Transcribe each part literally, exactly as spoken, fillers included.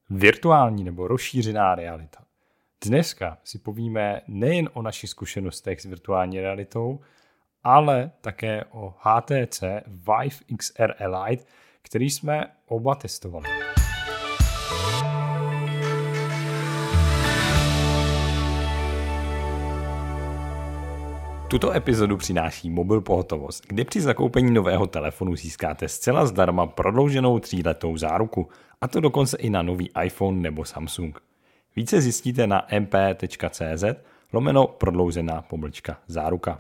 virtuální nebo rozšířená realita. Dneska si povíme nejen o našich zkušenostech s virtuální realitou, ale také o H T C Vive X R Elite, který jsme oba testovali. Tuto epizodu přináší Mobil Pohotovost, kde při zakoupení nového telefonu získáte zcela zdarma prodlouženou tříletou záruku, a to dokonce i na nový iPhone nebo Samsung. Více zjistíte na mp.cz lomeno prodloužená pomlčka záruka.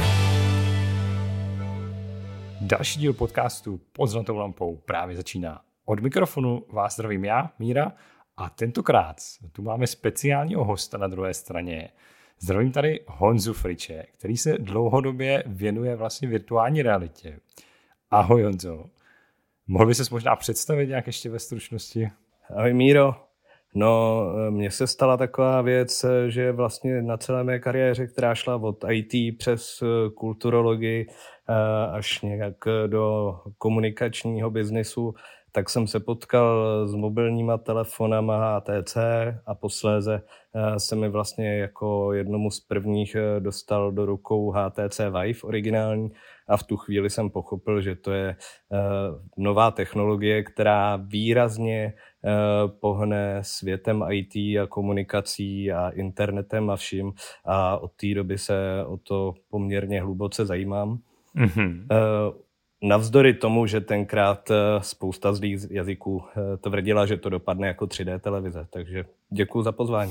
Další díl podcastu Pod zlatou lampou právě začíná. Od mikrofonu vás zdravím já, Míra, a tentokrát tu máme speciálního hosta na druhé straně. Zdravím tady Honzu Friče, který se dlouhodobě věnuje vlastně virtuální realitě. Ahoj Honzo. Mohl by ses možná představit nějak ještě ve stručnosti? Ahoj Míro. No, mně se stala taková věc, že vlastně na celé mé kariéře, která šla od í té přes kulturologii až nějak do komunikačního biznisu, tak jsem se potkal s mobilníma telefonama H T C a posléze se mi vlastně jako jednomu z prvních dostal do rukou H T C Vive originální a v tu chvíli jsem pochopil, že to je nová technologie, která výrazně pohne světem í té a komunikací a internetem a vším, a od té doby se o to poměrně hluboce zajímám. Mm-hmm. Navzdory tomu, že tenkrát spousta zlých jazyků tvrdila, že to dopadne jako tři dé televize. Takže děkuju za pozvání.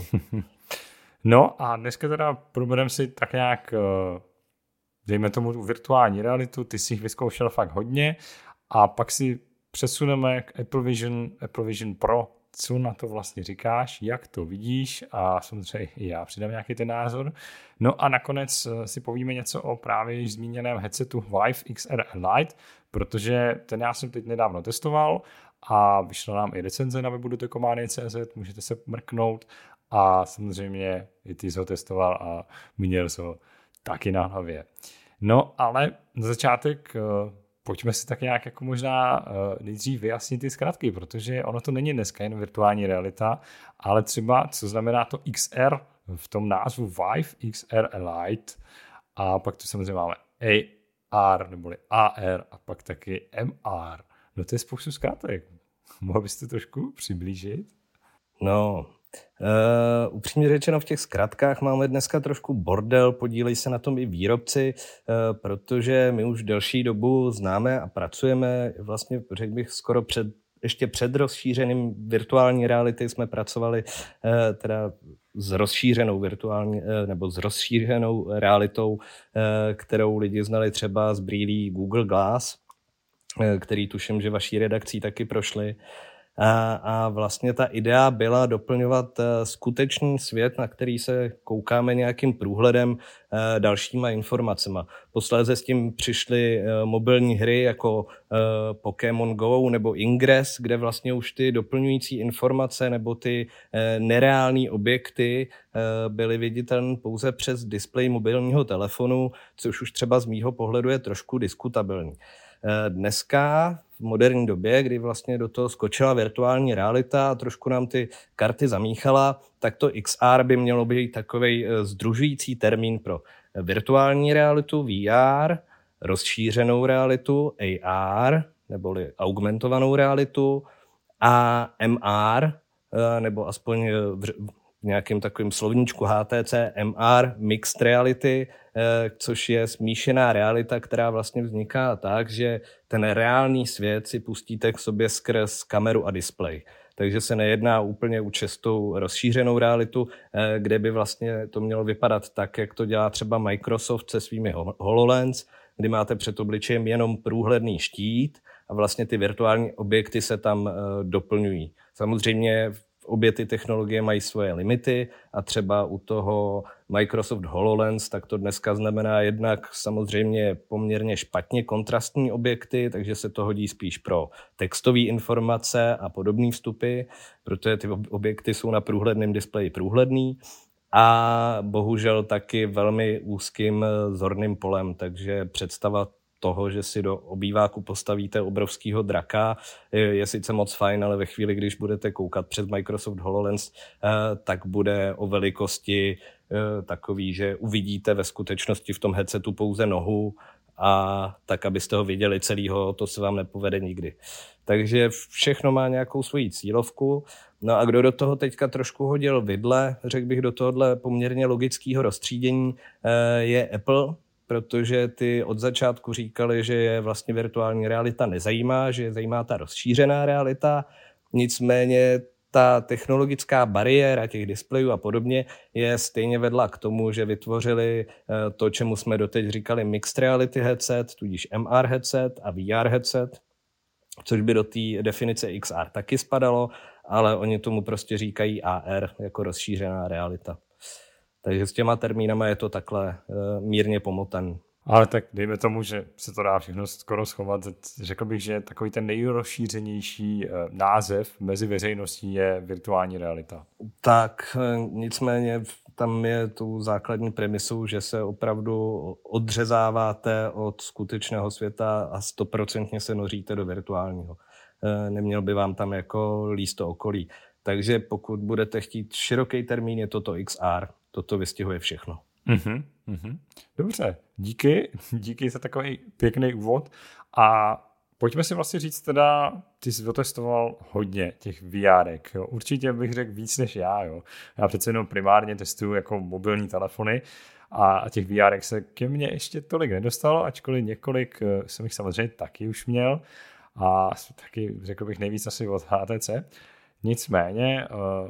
No a dneska teda probereme si tak nějak, dejme tomu virtuální realitu, ty jsi jich vyzkoušel fakt hodně a pak si přesuneme k Apple Vision, Apple Vision Pro. Co na to vlastně říkáš, jak to vidíš a samozřejmě i já přidám nějaký ten názor. No a nakonec si povíme něco o právě již zmíněném headsetu Vive X R Elite, protože ten já jsem teď nedávno testoval a vyšla nám i recenze na webu dotekomány tečka cé zet, můžete se mrknout a samozřejmě i ty jsi ho testoval a měl jsi ho taky na hlavě. No ale na začátek pojďme si tak nějak jako možná nejdřív vyjasnit ty zkratky, protože ono to není dneska jen virtuální realita, ale třeba co znamená to X R v tom názvu Vive X R Elite a pak tu samozřejmě máme A R neboli A R a pak taky M R. No to je spoustu zkratek. Mohl bys to trošku přiblížit? No, Uh, upřímně řečeno, v těch zkratkách máme dneska trošku bordel, podílejí se na tom i výrobci, uh, protože my už delší dobu známe a pracujeme, vlastně řekl bych skoro před, ještě před rozšířeným virtuální reality jsme pracovali uh, teda s rozšířenou virtuální, uh, nebo s rozšířenou realitou, uh, kterou lidi znali třeba z brýlí Google Glass, uh, který tuším, že vaší redakcí taky prošli. A, a vlastně ta idea byla doplňovat uh, skutečný svět, na který se koukáme nějakým průhledem uh, dalšíma informacema. Posléze s tím přišly uh, mobilní hry jako uh, Pokémon Go nebo Ingress, kde vlastně už ty doplňující informace nebo ty uh, nereální objekty uh, byly viditelné pouze přes displej mobilního telefonu, což už třeba z mýho pohledu je trošku diskutabilní. Dneska v moderní době, kdy vlastně do toho skočila virtuální realita a trošku nám ty karty zamíchala, tak to X R by mělo být takovej sdružující termín pro virtuální realitu V R, rozšířenou realitu A R, neboli augmentovanou realitu a M R, nebo aspoň v v nějakém takovém slovníčku H T C M R, Mixed Reality, což je smíšená realita, která vlastně vzniká tak, že ten reálný svět si pustíte k sobě skrz kameru a displej. Takže se nejedná úplně o čistou rozšířenou realitu, kde by vlastně to mělo vypadat tak, jak to dělá třeba Microsoft se svými HoloLens, kdy máte před obličejem jenom průhledný štít a vlastně ty virtuální objekty se tam doplňují. Samozřejmě obě ty technologie mají svoje limity a třeba u toho Microsoft HoloLens, tak to dneska znamená jednak samozřejmě poměrně špatně kontrastní objekty, takže se to hodí spíš pro textové informace a podobné vstupy, protože ty objekty jsou na průhledném displeji průhledný a bohužel taky velmi úzkým zorným polem, takže představa toho, že si do obýváku postavíte obrovskýho draka, je, je sice moc fajn, ale ve chvíli, když budete koukat přes Microsoft HoloLens, tak bude o velikosti takový, že uvidíte ve skutečnosti v tom headsetu pouze nohu, a tak, abyste ho viděli celýho, to se vám nepovede nikdy. Takže všechno má nějakou svoji cílovku. No a kdo do toho teďka trošku hodil vidle, řekl bych do tohohle poměrně logického rozstřídění, je Apple, protože ty od začátku říkali, že je vlastně virtuální realita nezajímá, že je zajímá ta rozšířená realita, nicméně ta technologická bariéra těch displejů a podobně je stejně vedla k tomu, že vytvořili to, čemu jsme doteď říkali mixed reality headset, tudíž M R headset a V R headset, což by do té definice X R taky spadalo, ale oni tomu prostě říkají A R jako rozšířená realita. Takže s těma termínama je to takhle mírně pomotaný. Ale tak dejme tomu, že se to dá všechno skoro schovat. Řekl bych, že takový ten nejrozšířenější název mezi veřejností je virtuální realita. Tak, nicméně tam je tu základní premisou, že se opravdu odřezáváte od skutečného světa a stoprocentně se noříte do virtuálního. Neměl by vám tam jako líst to okolí. Takže pokud budete chtít široký termín, je toto X R. Toto vystihuje všechno. Mm-hmm, mm-hmm. Dobře, díky, díky za takový pěkný úvod a pojďme si vlastně říct teda, ty jsi otestoval hodně těch VRek, jo. Určitě bych řekl víc než já, jo. Já přece jenom primárně testuju jako mobilní telefony a těch VRek se ke mně ještě tolik nedostalo, ačkoliv několik jsem jich samozřejmě taky už měl a taky řekl bych nejvíc asi od H T C. Nicméně, uh,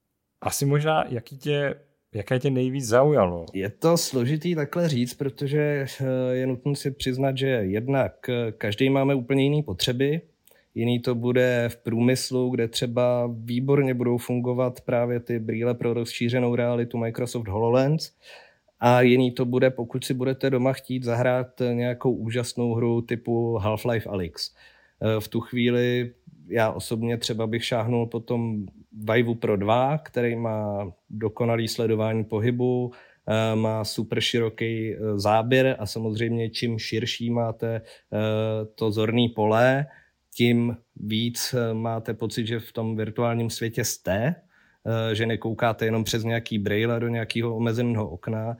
asi možná, jaký tě Jaké tě nejvíc zaujalo? Je to složitý takhle říct, protože je nutno si přiznat, že jednak každý máme úplně jiné potřeby. Jiný to bude v průmyslu, kde třeba výborně budou fungovat právě ty brýle pro rozšířenou realitu Microsoft HoloLens. A jiný to bude, pokud si budete doma chtít zahrát nějakou úžasnou hru typu Half-Life Alyx. V tu chvíli já osobně třeba bych šáhnul po tom Vive Pro dva, který má dokonalý sledování pohybu, má super široký záběr a samozřejmě čím širší máte to zorný pole, tím víc máte pocit, že v tom virtuálním světě jste, že nekoukáte jenom přes nějaký brejle do nějakého omezeného okna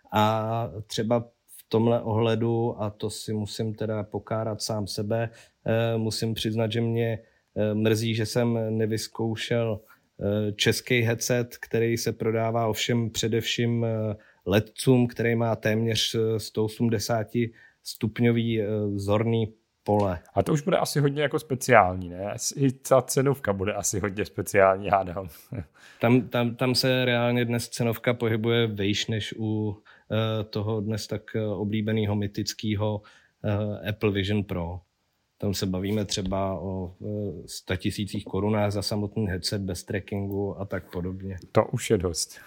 a třeba v tomhle ohledu, a to si musím teda pokárat sám sebe, musím přiznat, že mě mrzí, že jsem nevyzkoušel český headset, který se prodává ovšem především letcům, který má téměř sto osmdesát stupňový zorný pole. A to už bude asi hodně jako speciální, ne? I ta cenovka bude asi hodně speciální, hádám. Tam, tam, tam se reálně dnes cenovka pohybuje vejš než u uh, toho dnes tak oblíbeného mytického uh, Apple Vision Pro. Tam se bavíme třeba o sto tisících korunách za samotný headset bez trackingu a tak podobně. To už je dost.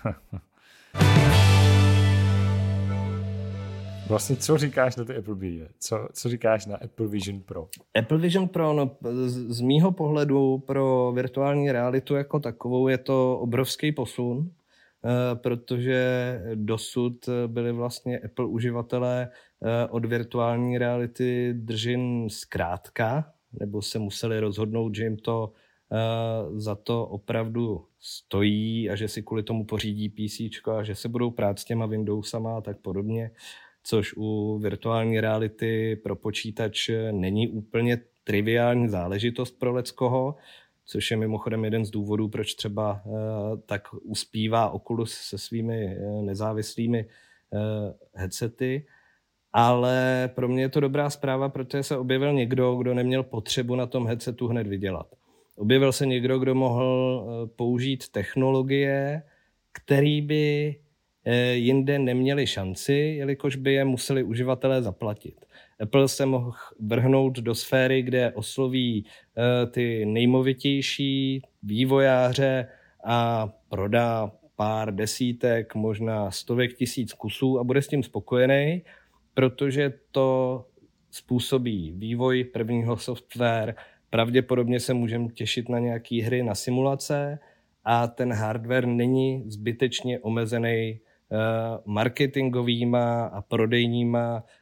Vlastně co říkáš na ty Apple brýle? Co, co říkáš na Apple Vision Pro? Apple Vision Pro, no, z, z mýho pohledu pro virtuální realitu jako takovou je to obrovský posun, protože dosud byli vlastně Apple uživatelé od virtuální reality držen zkrátka, nebo se museli rozhodnout, že jim to za to opravdu stojí a že si kvůli tomu pořídí PCčko a že se budou prát s těma Windowsama a tak podobně, což u virtuální reality pro počítač není úplně triviální záležitost pro leckoho, což je mimochodem jeden z důvodů, proč třeba uh, tak uspívá Oculus se svými uh, nezávislými uh, headsety. Ale pro mě je to dobrá zpráva, protože se objevil někdo, kdo neměl potřebu na tom headsetu hned vydělat. Objevil se někdo, kdo mohl uh, použít technologie, které by uh, jinde neměly šanci, jelikož by je museli uživatelé zaplatit. Apple se mohl vrhnout do sféry, kde osloví uh, ty nejmovitější vývojáře a prodá pár desítek, možná stovek tisíc kusů a bude s tím spokojený, protože to způsobí vývoj prvního software. Pravděpodobně se můžeme těšit na nějaké hry, na simulace a ten hardware není zbytečně omezený uh, marketingovýma a prodejníma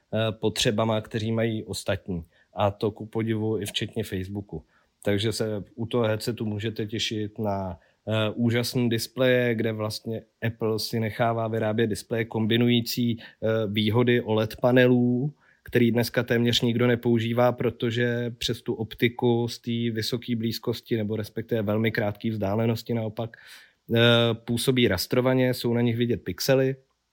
potřebama, kteří mají ostatní. A to ku podivu i včetně Facebooku. Takže se u toho headsetu můžete těšit na uh, úžasný displeje, kde vlastně Apple si nechává vyrábět displeje kombinující uh, výhody O L E D panelů, který dneska téměř nikdo nepoužívá, protože přes tu optiku z té vysoké blízkosti nebo respektive velmi krátké vzdálenosti naopak uh, působí rastrovaně, jsou na nich vidět pixely,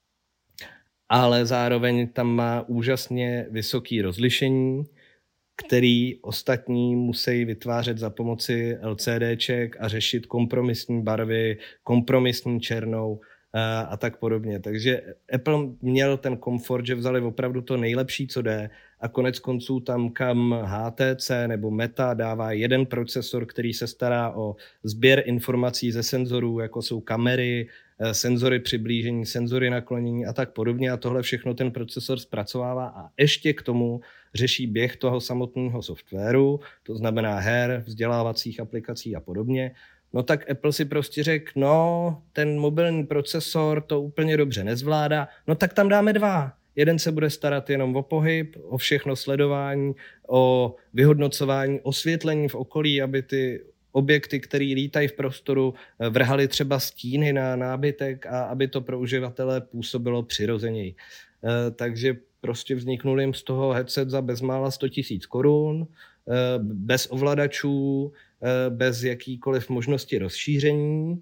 ale zároveň tam má úžasně vysoké rozlišení, který ostatní musí vytvářet za pomoci LCDček a řešit kompromisní barvy, kompromisní černou a, a tak podobně. Takže Apple měl ten komfort, že vzali opravdu to nejlepší, co jde, a konec konců tam, kam H T C nebo Meta dává jeden procesor, který se stará o sběr informací ze senzorů, jako jsou kamery, senzory přiblížení, senzory naklonění a tak podobně, a tohle všechno ten procesor zpracovává a ještě k tomu řeší běh toho samotného softwaru, to znamená her, vzdělávacích aplikací a podobně. No tak Apple si prostě řekl, no ten mobilní procesor to úplně dobře nezvládá, no tak tam dáme dva. Jeden se bude starat jenom o pohyb, o všechno sledování, o vyhodnocování, osvětlení v okolí, aby ty objekty, které lítají v prostoru, vrhaly třeba stíny na nábytek a aby to pro uživatele působilo přirozeněji. Takže prostě vzniknul jim z toho headset za bezmála sto tisíc korun, bez ovladačů, bez jakýkoliv možnosti rozšíření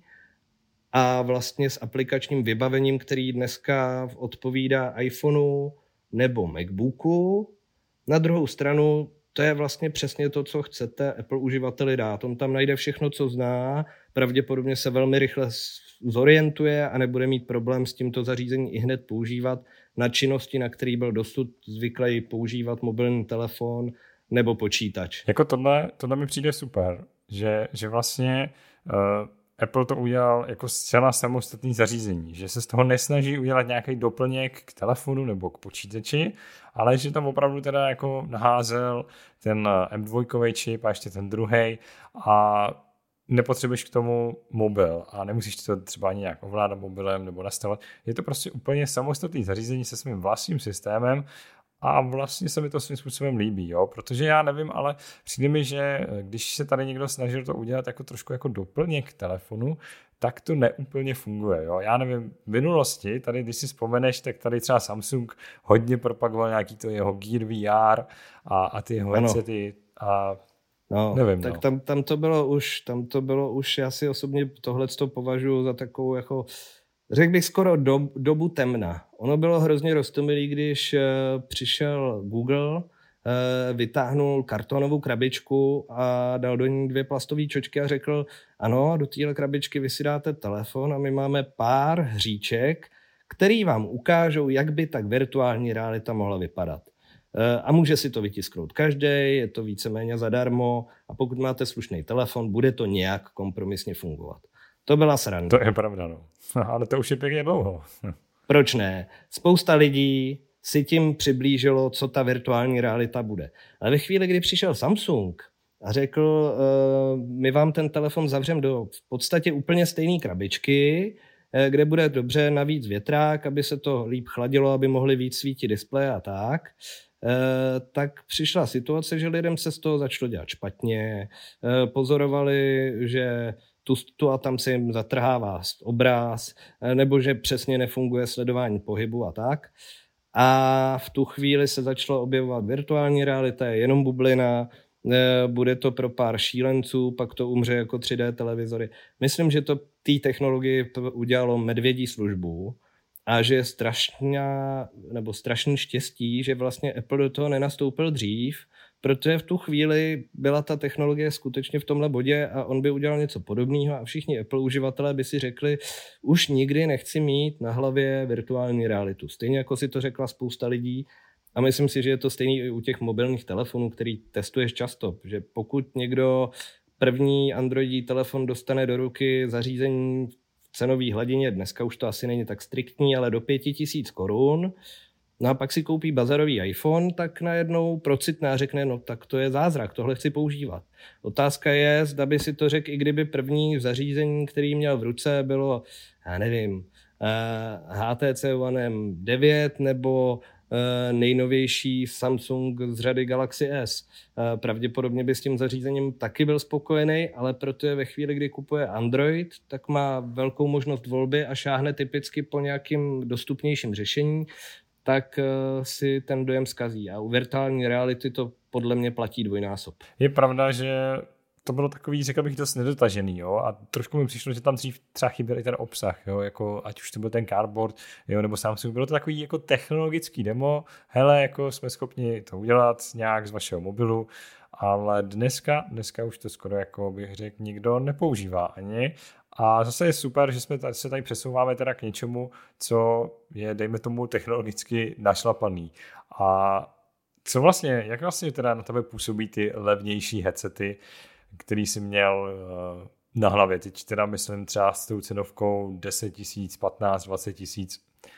a vlastně s aplikačním vybavením, který dneska odpovídá iPhoneu nebo MacBooku. Na druhou stranu to je vlastně přesně to, co chcete Apple uživateli dát. On tam najde všechno, co zná, pravděpodobně se velmi rychle zorientuje a nebude mít problém s tímto zařízení i hned používat na činnosti, na který byl dosud zvyklý používat mobilní telefon nebo počítač. Jako tohle, tohle mi přijde super, že, že vlastně uh, Apple to udělal jako zcela samostatný zařízení, že se z toho nesnaží udělat nějaký doplněk k telefonu nebo k počítači, ale že tam opravdu teda jako naházel ten M dva čip a ještě ten druhej a nepotřebuješ k tomu mobil a nemusíš to třeba ani nějak ovládat mobilem nebo nastavovat. Je to prostě úplně samostatný zařízení se svým vlastním systémem a vlastně se mi to svým způsobem líbí, jo? Protože já nevím, ale přijde mi, že když se tady někdo snažil to udělat jako trošku jako doplněk k telefonu, tak to neúplně funguje. Jo? Já nevím, v minulosti, tady když si vzpomeneš, tak tady třeba Samsung hodně propagoval nějaký to jeho Gear V R a, a ty jeho headsety a no, nevím. Tak no. tam, tam to bylo už, tam to bylo už, já si osobně tohleto považuji za takovou jako, řekl bych skoro do, dobu temna. Ono bylo hrozně roztomilý, když uh, přišel Google, uh, vytáhnul kartonovou krabičku a dal do ní dvě plastové čočky a řekl, ano, do téhle krabičky vy si dáte telefon a my máme pár hříček, který vám ukážou, jak by tak virtuální realita mohla vypadat. A může si to vytisknout každý, je to víceméně zadarmo a pokud máte slušný telefon, bude to nějak kompromisně fungovat. To byla sranda. To je pravda, no. Ale to už je pěkně dlouho. Proč ne? Spousta lidí si tím přiblížilo, co ta virtuální realita bude. Ale ve chvíli, kdy přišel Samsung a řekl, uh, my vám ten telefon zavřeme do v podstatě úplně stejné krabičky, kde bude dobře navíc větrák, aby se to líp chladilo, aby mohli víc svítit displeje a tak, tak přišla situace, že lidem se z toho začalo dělat špatně, pozorovali, že tu, tu a tam se jim zatrhává obráz, nebo že přesně nefunguje sledování pohybu a tak. A v tu chvíli se začalo objevovat virtuální realita, je jenom bublina, bude to pro pár šílenců, pak to umře jako tři dé televizory. Myslím, že to té technologii udělalo medvědí službu a že je strašná, nebo strašný štěstí, že vlastně Apple do toho nenastoupil dřív, protože v tu chvíli byla ta technologie skutečně v tomhle bodě a on by udělal něco podobného a všichni Apple uživatelé by si řekli, už nikdy nechci mít na hlavě virtuální realitu. Stejně jako si to řekla spousta lidí. A myslím si, že je to stejný i u těch mobilních telefonů, který testuješ často, že pokud někdo první Androidí telefon dostane do ruky zařízení v cenové hladině, dneska už to asi není tak striktní, ale do pěti tisíc korun, no a pak si koupí bazarový iPhone, tak najednou procitne a řekne, no tak to je zázrak, tohle chci používat. Otázka je, zda by si to řekl, i kdyby první zařízení, který měl v ruce, bylo, já nevím, H T C One M devět nebo nejnovější Samsung z řady Galaxy S. Pravděpodobně by s tím zařízením taky byl spokojený, ale protože ve chvíli, kdy kupuje Android, tak má velkou možnost volby a šáhne typicky po nějakým dostupnějším řešení, tak si ten dojem zkazí. A u virtuální reality to podle mě platí dvojnásob. Je pravda, že to bylo takový, řekl bych, dost nedotažený, jo, a trošku mi přišlo, že tam dřív třeba chyběl i ten obsah, jo, jako ať už to byl ten cardboard, jo, nebo Samsung, bylo to takový jako technologický demo, hele, jako jsme schopni to udělat nějak z vašeho mobilu, ale dneska, dneska už to skoro, jako bych řekl, nikdo nepoužívá ani. A zase je super, že jsme tady, se tady přesouváme teda k něčemu, co je, dejme tomu, technologicky našlapaný. A co vlastně, jak vlastně teda na tebe působí ty levnější headsety, který jsi měl uh, na hlavě? Teď teda myslím třeba s tou cenovkou deset tisíc, patnáct, dvacet tisíc.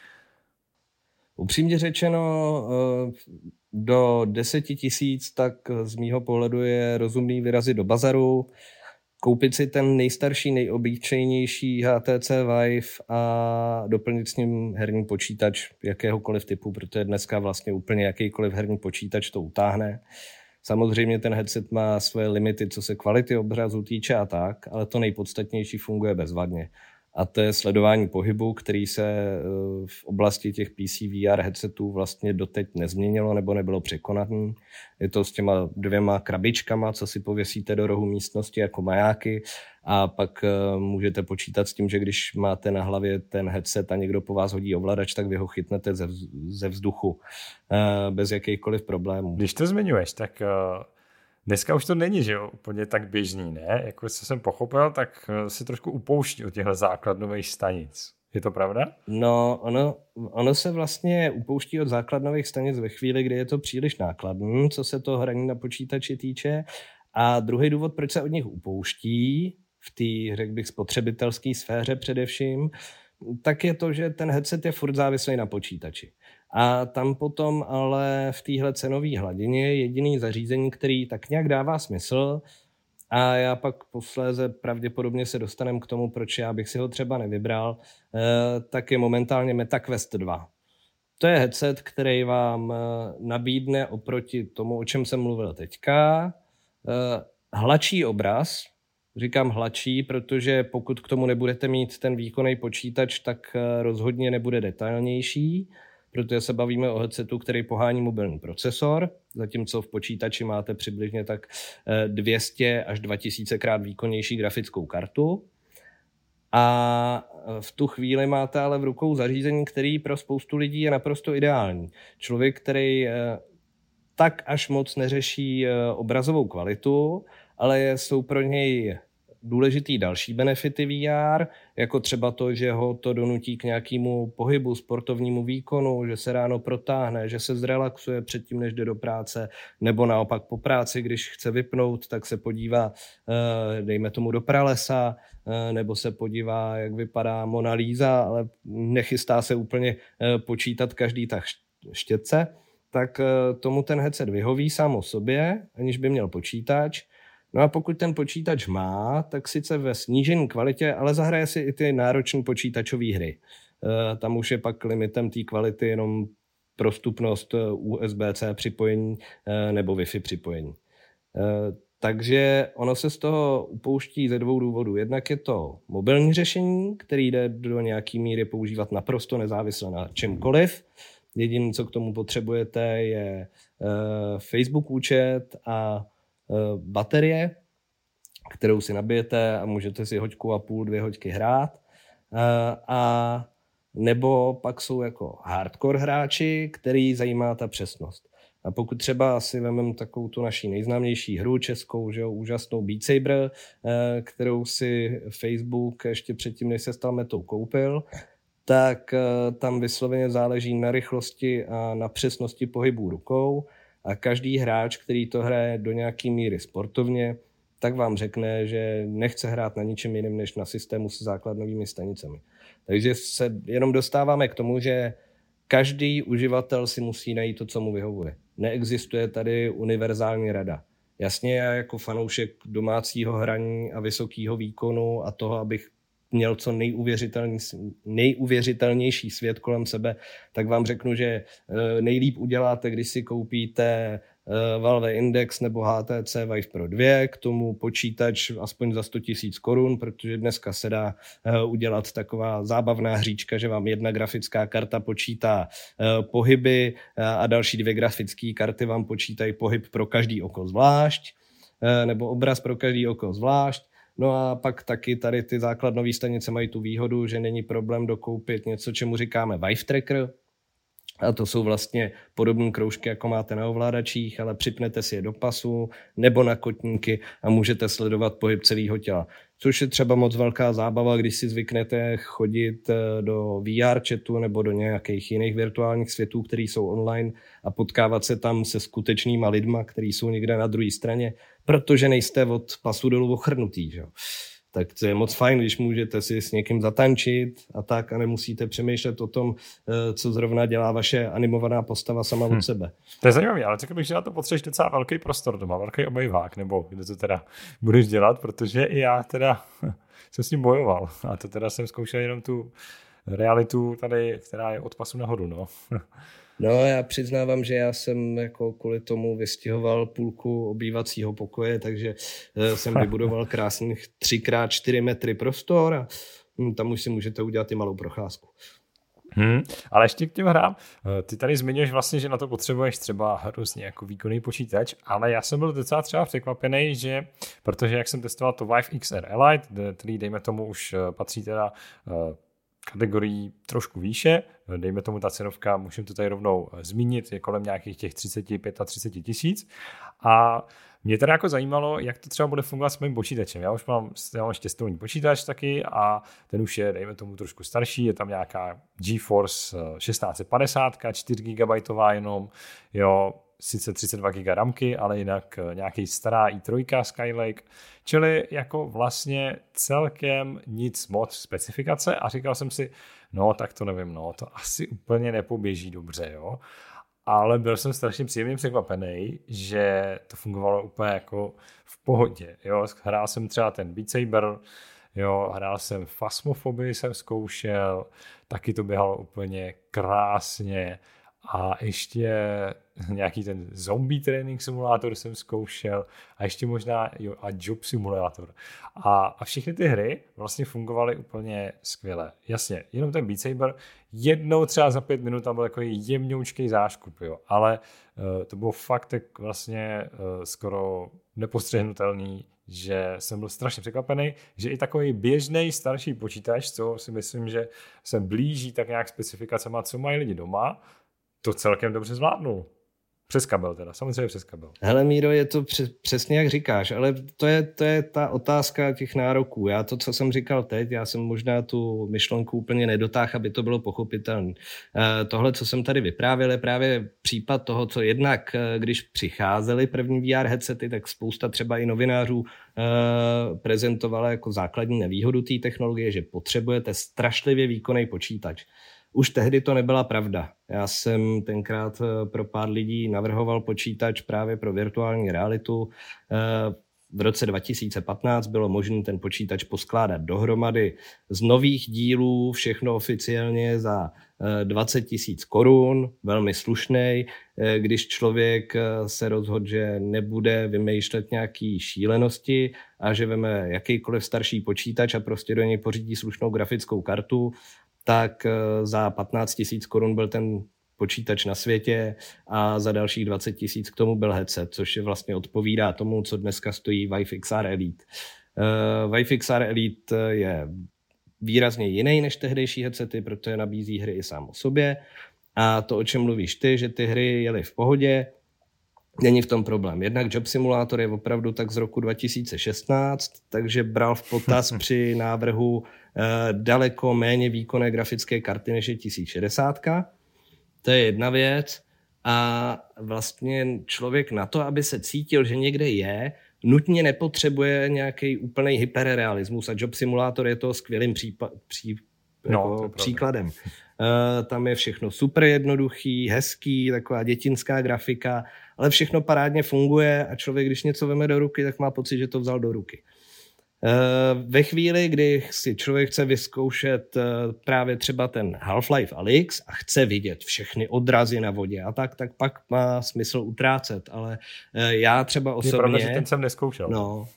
Upřímně řečeno, uh, do deset tisíc, tak z mýho pohledu je rozumný vyrazit do bazaru, koupit si ten nejstarší, nejobyčejnější H T C Vive a doplnit s ním herní počítač jakéhokoliv typu, protože dneska vlastně úplně jakýkoliv herní počítač to utáhne. Samozřejmě ten headset má svoje limity, co se kvality obrazu týče a tak, ale to nejpodstatnější funguje bezvadně. A to je sledování pohybu, který se v oblasti těch P C V R headsetů vlastně doteď nezměnilo nebo nebylo překonaný. Je to s těma dvěma krabičkama, co si pověsíte do rohu místnosti jako majáky, a pak můžete počítat s tím, že když máte na hlavě ten headset a někdo po vás hodí ovladač, tak vy ho chytnete ze, ze vzduchu bez jakýchkoliv problémů. Když to zmiňuješ, tak dneska už to není, že jo, úplně tak běžný, ne? Jako co jsem pochopil, tak se trošku upouští od těchto základnových stanic. Je to pravda? No, ono, ono se vlastně upouští od základnových stanic ve chvíli, kdy je to příliš nákladné, co se to hraní na počítači týče. A druhý důvod, proč se od nich upouští, v té, řekl bych, spotřebitelské sféře především, tak je to, že ten headset je furt závislý na počítači. A tam potom ale v téhle cenové hladině je jediný zařízení, který tak nějak dává smysl, a já pak posléze pravděpodobně se dostanem k tomu, proč já bych si ho třeba nevybral, tak je momentálně MetaQuest dva. To je headset, který vám nabídne oproti tomu, o čem jsem mluvil teďka, hladší obraz. Říkám hladší, protože pokud k tomu nebudete mít ten výkonný počítač, tak rozhodně nebude detailnější, protože se bavíme o headsetu, který pohání mobilní procesor, zatímco v počítači máte přibližně tak dvě stě až dva tisíce krát výkonnější grafickou kartu. A v tu chvíli máte ale v rukou zařízení, který pro spoustu lidí je naprosto ideální. Člověk, který tak až moc neřeší obrazovou kvalitu, ale jsou pro něj důležitý další benefity V R, jako třeba to, že ho to donutí k nějakému pohybu, sportovnímu výkonu, že se ráno protáhne, že se zrelaxuje předtím, než jde do práce, nebo naopak po práci, když chce vypnout, tak se podívá, dejme tomu, do pralesa, nebo se podívá, jak vypadá Mona Lisa, ale nechystá se úplně počítat každý tak štětce, tak tomu ten headset vyhoví sám o sobě, aniž by měl počítač. No a pokud ten počítač má, tak sice ve snížené kvalitě, ale zahraje si i ty náročné počítačové hry. E, tam už je pak limitem té kvality jenom prostupnost U S B C připojení e, nebo Wi-Fi připojení. E, takže ono se z toho upouští ze dvou důvodů. Jednak je to mobilní řešení, který jde do nějaké míry používat naprosto nezávisle na čemkoliv. Jediné, co k tomu potřebujete, je e, Facebook účet a baterie, kterou si nabijete a můžete si hoďku a půl, dvě hoďky hrát. A nebo pak jsou jako hardcore hráči, který zajímá ta přesnost. A pokud třeba si vezmeme takovou tu naší nejznámější hru českou, že jo, úžasnou Beat Saber, kterou si Facebook ještě předtím, než se stal Metou, koupil, tak tam vysloveně záleží na rychlosti a na přesnosti pohybu rukou. A každý hráč, který to hraje do nějaký míry sportovně, tak vám řekne, že nechce hrát na ničem jiném než na systému se základnovými stanicemi. Takže se jenom dostáváme k tomu, že každý uživatel si musí najít to, co mu vyhovuje. Neexistuje tady univerzální rada. Jasně, já jako fanoušek domácího hraní a vysokého výkonu a toho, abych měl co neuvěřitelný, nejuvěřitelnější svět kolem sebe, tak vám řeknu, že nejlíp uděláte, když si koupíte Valve Index nebo H T C Vive Pro dva, k tomu počítač aspoň za sto tisíc korun, protože dneska se dá udělat taková zábavná hříčka, že vám jedna grafická karta počítá pohyby a další dvě grafické karty vám počítají pohyb pro každý oko zvlášť, nebo obraz pro každý oko zvlášť. No a pak taky tady ty základnové stanice mají tu výhodu, že není problém dokoupit něco, čemu říkáme Vive Tracker. A to jsou vlastně podobné kroužky, jako máte na ovládačích, ale připnete si je do pasu nebo na kotníky a můžete sledovat pohyb celého těla. Což je třeba moc velká zábava, když si zvyknete chodit do V R chatu nebo do nějakých jiných virtuálních světů, které jsou online a potkávat se tam se skutečnýma lidma, kteří jsou někde na druhé straně, protože nejste od pasu dolů ochrnutý, že? Tak to je moc fajn, když můžete si s někým zatančit a tak a nemusíte přemýšlet o tom, co zrovna dělá vaše animovaná postava sama od sebe. Hmm. To je zajímavé, ale řekl bych, že na to potřebuješ docela velký prostor doma, velký obejvák, nebo kde to teda budeš dělat, protože i já teda jsem s ním bojoval a to teda jsem zkoušel jenom tu realitu tady, která je od pasu nahoru, no. No, já přiznávám, že já jsem jako kvůli tomu vystěhoval půlku obývacího pokoje, takže jsem vybudoval krásných tři krát čtyři metry prostor a tam už si můžete udělat i malou procházku. Hmm, ale ještě k těm hrám. Ty tady zmiňuješ vlastně, že na to potřebuješ třeba hrozně jako výkonný počítač, ale já jsem byl docela třeba překvapený, že protože jak jsem testoval to Vive X R Elite, který dejme tomu už patří teda kategorii trošku výše, dejme tomu ta cenovka, můžeme to tady rovnou zmínit, je kolem nějakých těch třicet pět a třicet tisíc a mě teda jako zajímalo, jak to třeba bude fungovat s mým počítačem. Já už mám, já mám ještě stolní počítač taky a ten už je, dejme tomu, trošku starší, je tam nějaká GeForce šestnáct padesát, čtyři gigabajtová jenom, jo, sice třicet dva gigabajtů ramky, ale jinak nějaký stará i tři Skylake, čili jako vlastně celkem nic moc specifikace a říkal jsem si, no tak to nevím, no to asi úplně nepoběží dobře, jo. Ale byl jsem strašně příjemně překvapený, že to fungovalo úplně jako v pohodě, jo. Hrál jsem třeba ten Beat Saber, jo, hrál jsem Phasmophobia, jsem zkoušel, taky to běhalo úplně krásně. A ještě nějaký ten zombie training simulátor jsem zkoušel a ještě možná jo, a job simulátor. A, a všechny ty hry vlastně fungovaly úplně skvěle. Jasně, jenom ten Beat Saber jednou třeba za pět minut tam byl takový jemňoučkej záškup, jo. Ale uh, to bylo fakt tak vlastně uh, skoro nepostřehnutelný, že jsem byl strašně překvapený, že i takový běžný starší počítač, co si myslím, že se blíží tak nějak specifikacema, co mají lidi doma, to celkem dobře zvládnul. Přes kabel teda, samozřejmě přes kabel. Hele Míro, je to přes, přesně jak říkáš, ale to je, to je ta otázka těch nároků. Já to, co jsem říkal teď, já jsem možná tu myšlenku úplně nedotáhl, aby to bylo pochopitelné. E, tohle, co jsem tady vyprávěl, je právě případ toho, co jednak, když přicházely první V R headsety, tak spousta třeba i novinářů e, prezentovala jako základní nevýhodu té technologie, že potřebujete strašlivě výkonný počítač. Už tehdy to nebyla pravda. Já jsem tenkrát pro pár lidí navrhoval počítač právě pro virtuální realitu. V roce dva tisíce patnáct bylo možné ten počítač poskládat dohromady z nových dílů, všechno oficiálně za dvacet tisíc korun, velmi slušnej. Když člověk se rozhodl, že nebude vymýšlet nějaký šílenosti a že veme jakýkoliv starší počítač a prostě do něj pořídí slušnou grafickou kartu, tak za patnáct tisíc korun byl ten počítač na světě a za dalších dvacet tisíc k tomu byl headset, což je vlastně odpovídá tomu, co dneska stojí Vive X R Elite. Uh, Vive X R Elite je výrazně jiný než tehdejší headsety, protože nabízí hry i sám o sobě a to, o čem mluvíš ty, že ty hry jely v pohodě, není v tom problém. Jednak Job Simulator je opravdu tak z roku dva tisíce šestnáct, takže bral v potaz při návrhu eh, daleko méně výkonné grafické karty než je tisíc šedesát. To je jedna věc. A vlastně člověk na to, aby se cítil, že někde je, nutně nepotřebuje nějaký úplný hyperrealismus a Job Simulator je to skvělým přípa- pří- no, jako příkladem. Uh, tam je všechno super jednoduchý, hezký, taková dětinská grafika, ale všechno parádně funguje a člověk, když něco veme do ruky, tak má pocit, že to vzal do ruky. Ve chvíli, kdy si člověk chce vyzkoušet právě třeba ten Half-Life Alyx a chce vidět všechny odrazy na vodě a tak, tak pak má smysl utrácet, ale já třeba osobně... Je pravda, že ten jsem neskoušel. No,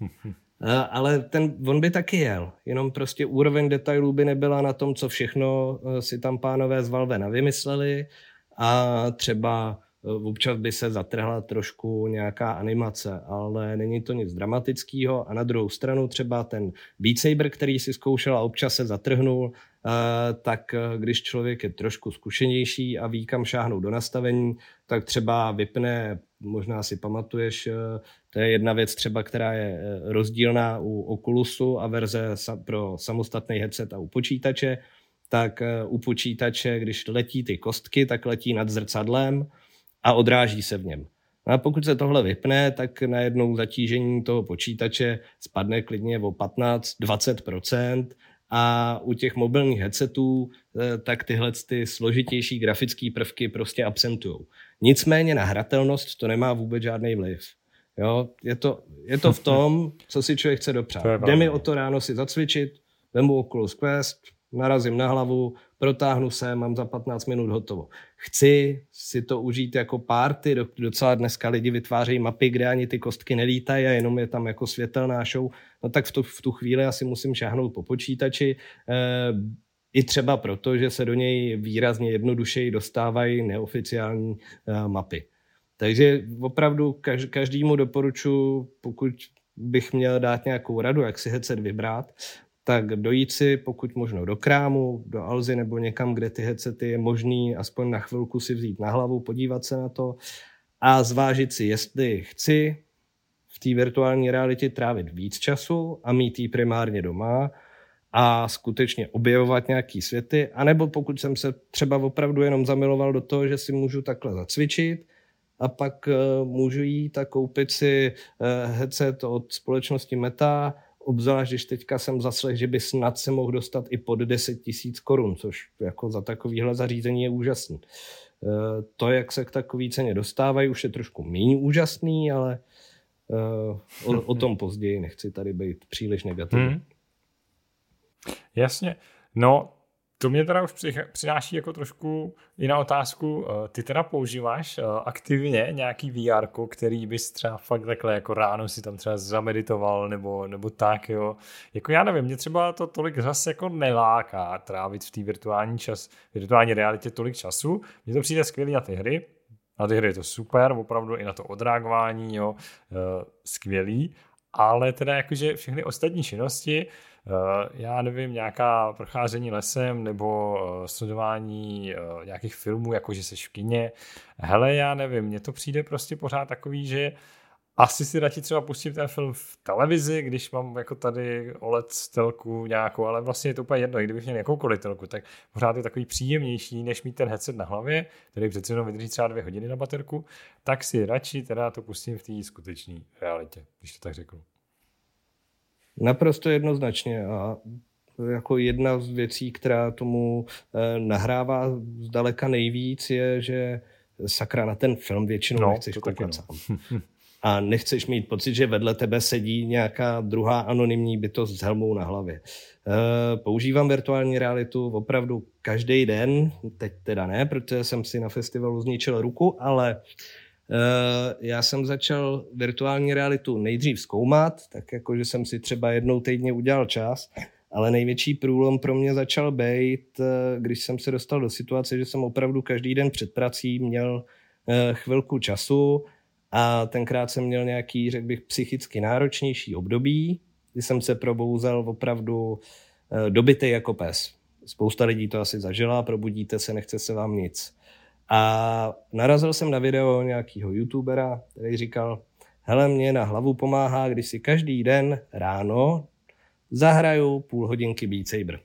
ale ten, on by taky jel, jenom prostě úroveň detailů by nebyla na tom, co všechno si tam pánové z Valve navymysleli a třeba občas by se zatrhla trošku nějaká animace, ale není to nic dramatického a na druhou stranu třeba ten Beat Saber, který si zkoušel a občas se zatrhnul, tak když člověk je trošku zkušenější a ví, kam šáhnout do nastavení, tak třeba vypne, možná si pamatuješ, to je jedna věc třeba, která je rozdílná u Oculusu a verze pro samostatný headset a u počítače, tak u počítače, když letí ty kostky, tak letí nad zrcadlem a odráží se v něm. No a pokud se tohle vypne, tak najednou zatížení toho počítače spadne klidně o patnáct až dvacet procent a u těch mobilních headsetů tak tyhle ty složitější grafické prvky prostě absentujou. Nicméně na hratelnost to nemá vůbec žádný vliv. Jo? Je to, je to v tom, co si člověk chce dopřát. Jde mi o to ráno si zacvičit, vemu Oculus Quest, narazím na hlavu, protáhnu se, mám za patnáct minut hotovo. Chci si to užít jako party, docela dneska lidi vytvářejí mapy, kde ani ty kostky nelítají a jenom je tam jako světelná show, no tak v tu, v tu chvíli asi musím šáhnout po počítači, e, i třeba proto, že se do něj výrazně jednodušeji dostávají neoficiální e, mapy. Takže opravdu kaž, každému doporučuji, pokud bych měl dát nějakou radu, jak si headset vybrat, tak dojít si pokud možno do krámu, do Alzy nebo někam, kde ty headsety je možný aspoň na chvilku si vzít na hlavu, podívat se na to a zvážit si, jestli chci v té virtuální realitě trávit víc času a mít ji primárně doma a skutečně objevovat nějaký světy, anebo pokud jsem se třeba opravdu jenom zamiloval do toho, že si můžu takhle zacvičit a pak uh, můžu jít a koupit si uh, headset od společnosti Meta, obzvlášť, když teďka jsem zaslech, že by snad se mohl dostat i pod deset tisíc korun, což jako za takovýhle zařízení je úžasný. To, jak se k takový ceně dostávají, už je trošku méně úžasný, ale o, o tom později nechci tady být příliš negativní. Hmm. Jasně. No, to mě teda už přináší jako trošku i na otázku, ty teda používáš aktivně nějaký vé er, který bys třeba fakt takhle jako ráno si tam třeba zameditoval nebo, nebo tak, jo. Jako já nevím, mě třeba to tolik zase jako neláká trávit v té virtuální čas, virtuální realitě tolik času. Mně to přijde skvělý na ty hry, na ty hry je to super, opravdu i na to odreagování, jo, skvělý, ale teda jakože všechny ostatní činnosti, já nevím, nějaká procházení lesem nebo sledování nějakých filmů, jakože seš v kině. Hele, já nevím, mně to přijde prostě pořád takový, že asi si radši třeba pustím ten film v televizi, když mám jako tady O L E D telku nějakou, ale vlastně je to úplně jedno, i kdybych měl jakoukoliv telku, tak pořád je takový příjemnější, než mít ten headset na hlavě, který přece jenom vydrží třeba dvě hodiny na baterku, tak si radši teda to pustím v té skutečné realitě, když to tak řeknu. Naprosto jednoznačně a jako jedna z věcí, která tomu nahrává zdaleka nejvíc, je, že sakra na ten film většinou no, nechceš koukat sám. A nechceš mít pocit, že vedle tebe sedí nějaká druhá anonymní bytost s helmou na hlavě. Používám virtuální realitu opravdu každý den, teď teda ne, protože jsem si na festivalu zničil ruku, ale já jsem začal virtuální realitu nejdřív zkoumat, tak jako, že jsem si třeba jednou týdně udělal čas, ale největší průlom pro mě začal být, když jsem se dostal do situace, že jsem opravdu každý den před prací měl chvilku času a tenkrát jsem měl nějaký, řekl bych, psychicky náročnější období, kdy jsem se probouzel opravdu dobitej jako pes. Spousta lidí to asi zažila, probudíte se, nechce se vám nic. A narazil jsem na video nějakého youtubera, který říkal, hele, mě na hlavu pomáhá, když si každý den ráno zahraju půl hodinky Beat Saber.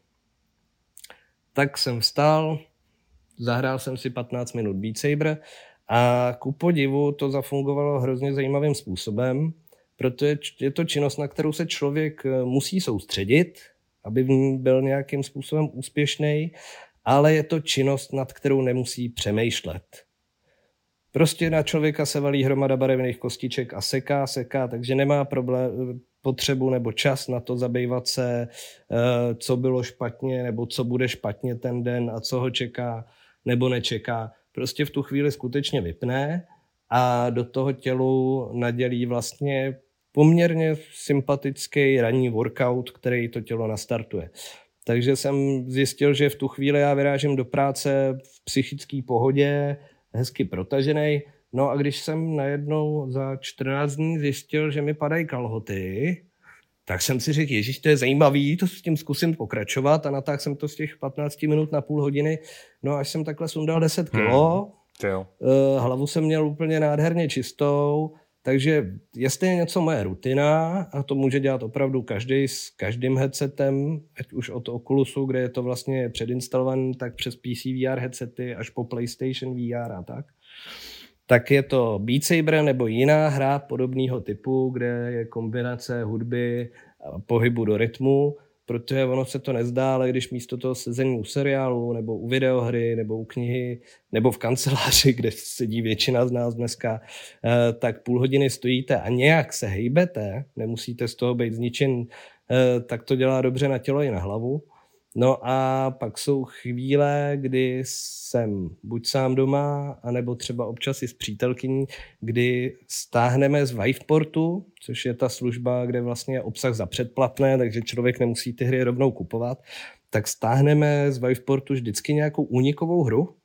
Tak jsem vstal, zahrál jsem si patnáct minut Beat Saber a ku podivu to zafungovalo hrozně zajímavým způsobem, protože je to činnost, na kterou se člověk musí soustředit, aby v ní byl nějakým způsobem úspěšný, ale je to činnost, nad kterou nemusí přemýšlet. Prostě na člověka se valí hromada barevných kostiček a seká, seká, takže nemá problém, potřebu nebo čas na to zabývat se, co bylo špatně nebo co bude špatně ten den a co ho čeká nebo nečeká. Prostě v tu chvíli skutečně vypne a do toho tělu nadělí vlastně poměrně sympatický ranní workout, který to tělo nastartuje. Takže jsem zjistil, že v tu chvíli já vyrážím do práce v psychické pohodě, hezky protažený. No a když jsem najednou za čtrnáct dní zjistil, že mi padají kalhoty, tak jsem si řekl, ježiš, to je zajímavý, to s tím zkusím pokračovat a natáhl jsem to z těch patnáct minut na půl hodiny. No až jsem takhle sundal deset kilo, hmm. hlavu jsem měl úplně nádherně čistou, takže jestli je něco moje rutina, a to může dělat opravdu každý s každým headsetem, ať už od Oculusu, kde je to vlastně předinstalovaný, tak přes P C V R headsety až po PlayStation V R a tak, tak je to Beat Saber nebo jiná hra podobného typu, kde je kombinace hudby a pohybu do rytmu, protože ono se to nezdá, ale když místo toho sezení u seriálu nebo u videohry nebo u knihy nebo v kanceláři, kde sedí většina z nás dneska, tak půl hodiny stojíte a nějak se hejbete, nemusíte z toho být zničen, tak to dělá dobře na tělo i na hlavu. No a pak jsou chvíle, kdy jsem buď sám doma, anebo třeba občas i s přítelkyní, kdy stáhneme z Viveportu, což je ta služba, kde vlastně je obsah za předplatné, takže člověk nemusí ty hry rovnou kupovat, tak stáhneme z Viveportu vždycky nějakou únikovou hru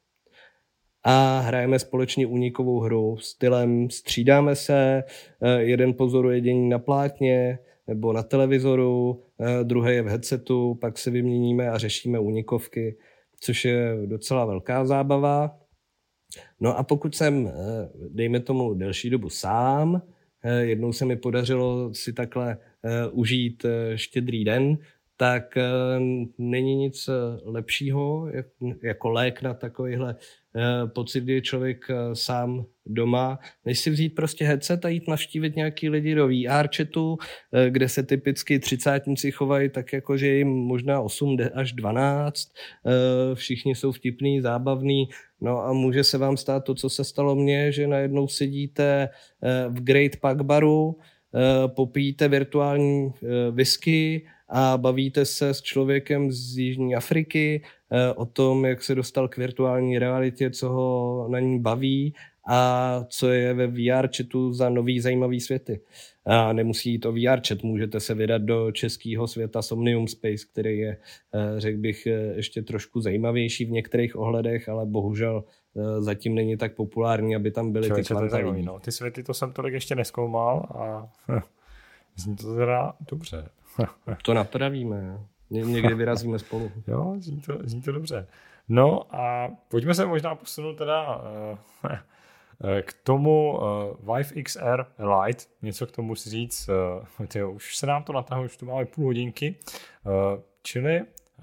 a hrajeme společně únikovou hru stylem střídáme se, jeden pozoruje dění na plátně, nebo na televizoru, druhý je v headsetu, pak se vyměníme a řešíme únikovky, což je docela velká zábava. No a pokud jsem, dejme tomu, delší dobu sám, jednou se mi podařilo si takhle užít štědrý den, tak není nic lepšího jako lék na takovýhle pocit, kdy je člověk sám doma, než si vzít prostě headset a jít navštívit nějaký lidi do V R chatu, kde se typicky třicátníci chovají tak jako, že jim možná osm až dvanáct, všichni jsou vtipný, zábavný, no a může se vám stát to, co se stalo mně, že najednou sedíte v Great Pack baru, popíjíte virtuální whisky a bavíte se s člověkem z Jižní Afriky o tom, jak se dostal k virtuální realitě, co ho na ní baví a co je ve V R chatu za nový zajímavý světy. A nemusí to V R chat, můžete se vydat do českého světa Somnium Space, který je, řekl bych, ještě trošku zajímavější v některých ohledech, ale bohužel zatím není tak populární, aby tam byly ty kvanta lidí. No. Ty světy to jsem tolik ještě nezkoumal a zní to teda dobře. To napravíme. Ně- někdy vyrazíme spolu. Jo, zní to, zní to dobře. No a pojďme se možná posunout teda uh, k tomu uh, Vive X R Lite. Něco k tomu si říct. Uh, tyjo, už se nám to natahuje, už tu máme půl hodinky. Uh, čili uh,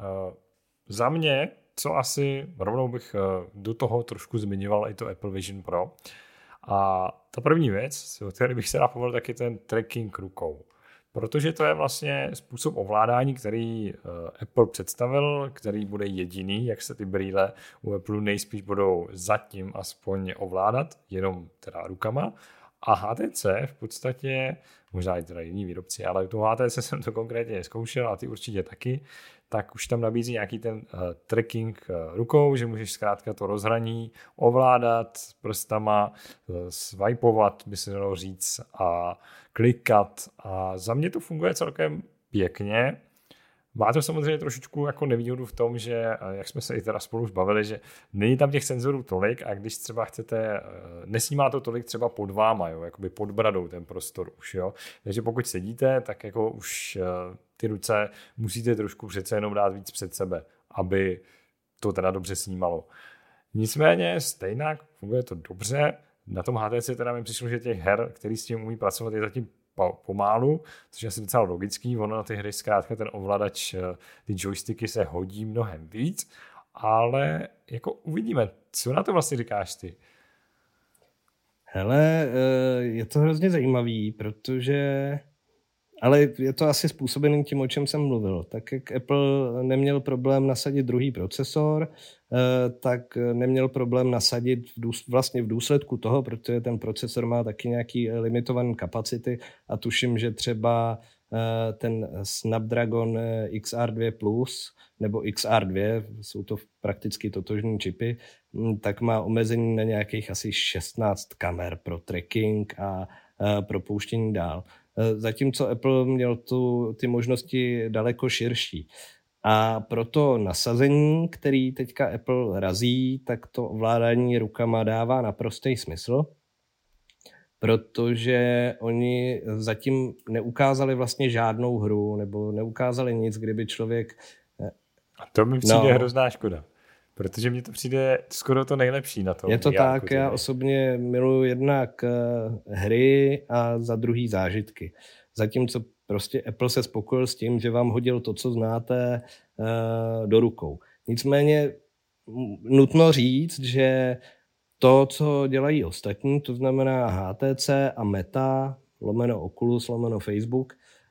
za mě, co asi rovnou bych uh, do toho trošku zmiňoval i to Apple Vision Pro. A ta první věc, o které bych se dá povolit, tak je ten tracking rukou. Protože to je vlastně způsob ovládání, který uh, Apple představil, který bude jediný, jak se ty brýle u Apple nejspíš budou zatím aspoň ovládat, jenom teda rukama. A H T C v podstatě, možná i teda jiní výrobci, ale u H T C jsem to konkrétně zkoušel a ty určitě taky, tak už tam nabízí nějaký ten uh, tracking uh, rukou, že můžeš zkrátka to rozhraní ovládat prstama, uh, swipeovat, by se dalo říct, a klikat. A za mě to funguje celkem pěkně. Má to samozřejmě trošičku jako nevýhodu v tom, že, jak jsme se i teda spolu už bavili, že není tam těch senzorů tolik a když třeba chcete, nesnímá to tolik třeba pod váma, jo, jakoby pod bradou ten prostor už, jo. Takže pokud sedíte, tak jako už ty ruce musíte trošku přece jenom dát víc před sebe, aby to teda dobře snímalo. Nicméně stejně funguje to dobře. Na tom H T C teda mi přišlo, že těch her, který s tím umí pracovat, je zatím pomálu, což je asi docela logický. Ono na ty hry zkrátka ten ovladač, ty joysticky se hodí mnohem víc, ale jako uvidíme, co na to vlastně říkáš ty? Hele, je to hrozně zajímavý, protože ale je to asi způsobený tím, o čem jsem mluvil. Tak jak Apple neměl problém nasadit druhý procesor, tak neměl problém nasadit vlastně v důsledku toho, protože ten procesor má taky nějaký limitované kapacity a tuším, že třeba ten Snapdragon X R dva Plus nebo X R dva, jsou to prakticky totožní čipy, tak má omezení na nějakých asi šestnáct kamer pro tracking a pro pouštění dál. Zatímco Apple měl tu, ty možnosti daleko širší. A proto nasazení, který teďka Apple razí, tak to ovládání rukama dává naprostý smysl, protože oni zatím neukázali vlastně žádnou hru nebo neukázali nic, kdyby člověk... A to mi přijde no, hrozná škoda, protože mně to přijde skoro to nejlepší na tom. Je to tak, já osobně miluji jednak hry a za druhý zážitky. Zatímco prostě Apple se spokojil s tím, že vám hodil to, co znáte, do rukou. Nicméně nutno říct, že to, co dělají ostatní, to znamená H T C a Meta, lomeno Oculus, lomeno Facebook,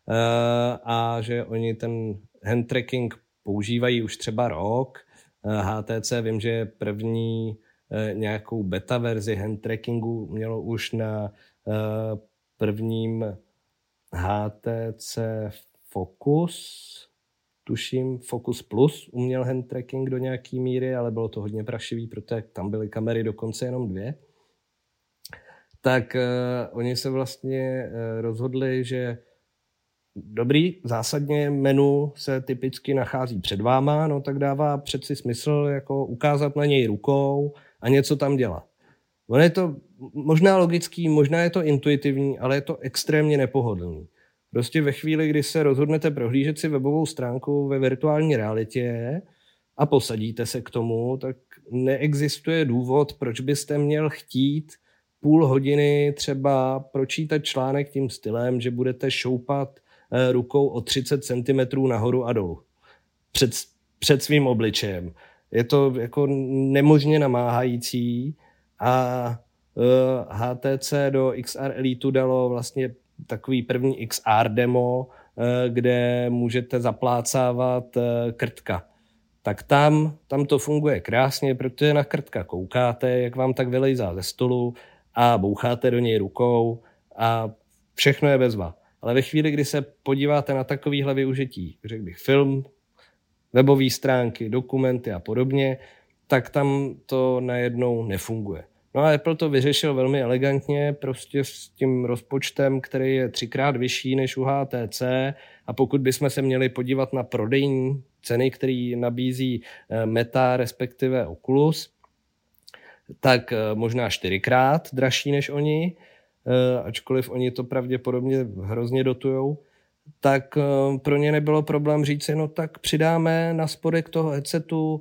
a že oni ten hand tracking používají už třeba rok. H T C vím, že první nějakou beta verzi hand trackingu mělo už na prvním H T C Focus, tuším Focus Plus uměl hand tracking do nějaký míry, ale bylo to hodně prašivý, protože tam byly kamery dokonce jenom dvě. Tak uh, oni se vlastně uh, rozhodli, že dobrý, zásadně menu se typicky nachází před váma, no tak dává přeci smysl jako ukázat na něj rukou a něco tam dělat. Ono je to možná logický, možná je to intuitivní, ale je to extrémně nepohodlný. Prostě ve chvíli, kdy se rozhodnete prohlížet si webovou stránku ve virtuální realitě a posadíte se k tomu, tak neexistuje důvod, proč byste měl chtít půl hodiny třeba pročítat článek tím stylem, že budete šoupat rukou o třicet centimetrů nahoru a dolů před, před svým obličejem. Je to jako nemožně namáhající a uh, H T C do X R Elite dalo vlastně takový první X R demo, kde můžete zaplácávat krtka. Tak tam, tam to funguje krásně, protože na krtka koukáte, jak vám tak vylejzá ze stolu a boucháte do něj rukou a všechno je bezva. Ale ve chvíli, kdy se podíváte na takovýhle využití, řekl bych film, webové stránky, dokumenty a podobně, tak tam to najednou nefunguje. No a Apple to vyřešil velmi elegantně, prostě s tím rozpočtem, který je třikrát vyšší než u H T C, a pokud bychom se měli podívat na prodejní ceny, který nabízí Meta, respektive Oculus, tak možná čtyřikrát dražší než oni, ačkoliv oni to pravděpodobně hrozně dotujou, tak pro ně nebylo problém říct si, no tak přidáme na spodek toho headsetu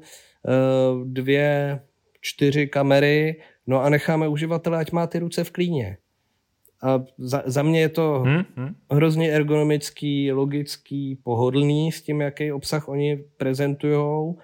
dvě, čtyři kamery, no a necháme uživatele, ať má ty ruce v klíně. A za, za mě je to hmm, hmm. hrozně ergonomický, logický, pohodlný s tím, jaký obsah oni prezentujou,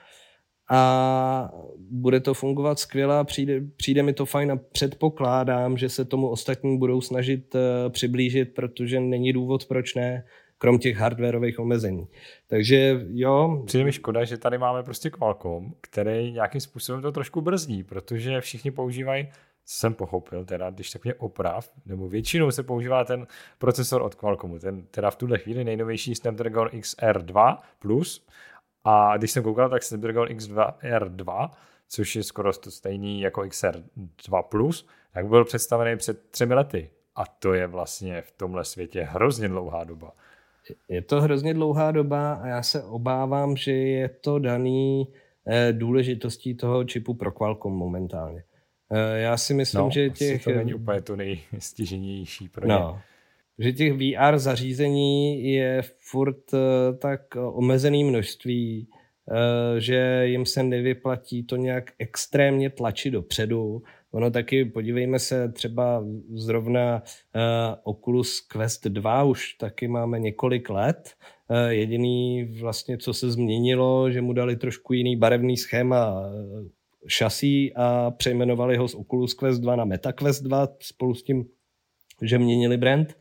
a bude to fungovat skvěle, přijde, přijde mi to fajn a předpokládám, že se tomu ostatní budou snažit uh, přiblížit, protože není důvod, proč ne, krom těch hardwarových omezení. Takže jo. Přijde mi škoda, že tady máme prostě Qualcomm, který nějakým způsobem to trošku brzdí, protože všichni používají, co jsem pochopil, teda, když tak mě oprav, nebo většinou se používá ten procesor od Qualcommu, ten teda v tuhle chvíli nejnovější Snapdragon X R dva Plus, a když jsem koukal, tak Snapdragon X dva R dva, což je skoro to stejný jako X R dva Plus, tak byl představený před třemi lety. A to je vlastně v tomhle světě hrozně dlouhá doba. Je to hrozně dlouhá doba a já se obávám, že je to daný eh, důležitostí toho čipu pro Qualcomm momentálně. Eh, já si myslím, no, že těch... to není úplně to nejstíženější pro ně. No, že těch V R zařízení je furt eh, tak omezený množství, eh, že jim se nevyplatí to nějak extrémně tlačit dopředu. Ono taky, podívejme se, třeba zrovna uh, Oculus Quest dva už taky máme několik let. Uh, jediný vlastně, co se změnilo, že mu dali trošku jiný barevný schéma uh, šasí a přejmenovali ho z Oculus Quest dva na Meta Quest dva spolu s tím, že měnili brand.